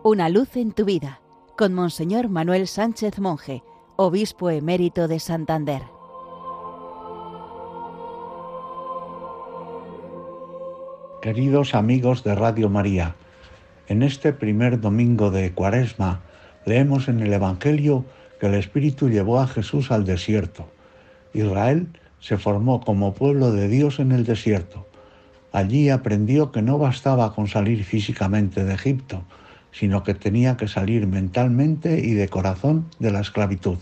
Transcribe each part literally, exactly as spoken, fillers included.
Una luz en tu vida, con Monseñor Manuel Sánchez Monje, obispo emérito de Santander. Queridos amigos de Radio María, en este primer domingo de Cuaresma leemos en el Evangelio que el Espíritu llevó a Jesús al desierto. Israel se formó como pueblo de Dios en el desierto. Allí aprendió que no bastaba con salir físicamente de Egipto, sino que tenía que salir mentalmente y de corazón de la esclavitud.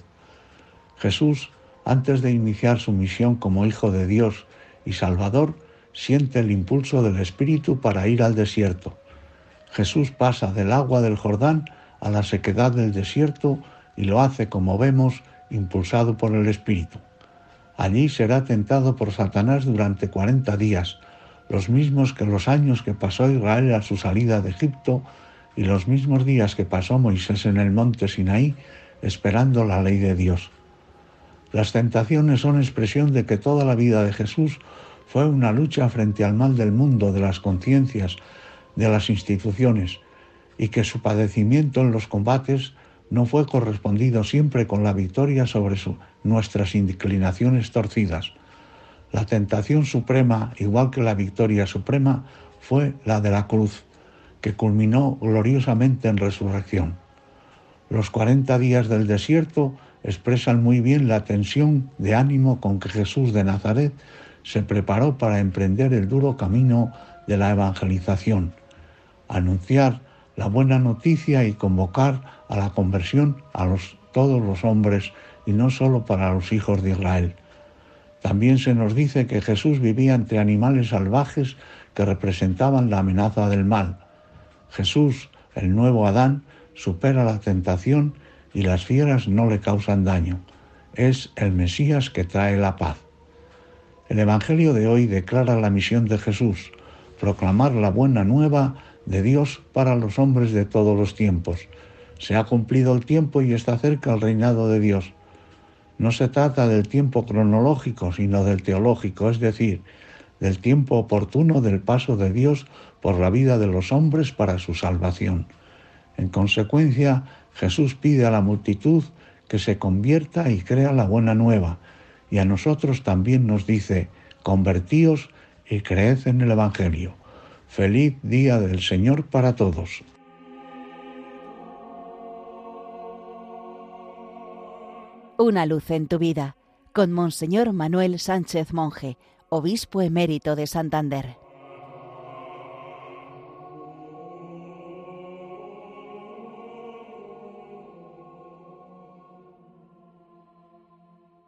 Jesús, antes de iniciar su misión como Hijo de Dios y Salvador, siente el impulso del Espíritu para ir al desierto. Jesús pasa del agua del Jordán a la sequedad del desierto y lo hace, como vemos, impulsado por el Espíritu. Allí será tentado por Satanás durante cuarenta días, los mismos que los años que pasó Israel a su salida de Egipto y los mismos días que pasó Moisés en el monte Sinaí esperando la ley de Dios. Las tentaciones son expresión de que toda la vida de Jesús fue una lucha frente al mal del mundo, de las conciencias, de las instituciones, y que su padecimiento en los combates no fue correspondido siempre con la victoria sobre su, nuestras inclinaciones torcidas. La tentación suprema, igual que la victoria suprema, fue la de la cruz, que culminó gloriosamente en resurrección. Los cuarenta días del desierto expresan muy bien la tensión de ánimo con que Jesús de Nazaret se preparó para emprender el duro camino de la evangelización, anunciar la buena noticia y convocar a la conversión a los, todos los hombres y no solo para los hijos de Israel. También se nos dice que Jesús vivía entre animales salvajes que representaban la amenaza del mal. Jesús, el nuevo Adán, supera la tentación y las fieras no le causan daño. Es el Mesías que trae la paz. El Evangelio de hoy declara la misión de Jesús, proclamar la buena nueva de Dios para los hombres de todos los tiempos. Se ha cumplido el tiempo y está cerca el reinado de Dios. No se trata del tiempo cronológico, sino del teológico, es decir, del tiempo oportuno del paso de Dios por la vida de los hombres para su salvación. En consecuencia, Jesús pide a la multitud que se convierta y crea la buena nueva, y a nosotros también nos dice: convertíos y creed en el Evangelio. Feliz día del Señor para todos. Una luz en tu vida, con Monseñor Manuel Sánchez Monje, obispo emérito de Santander.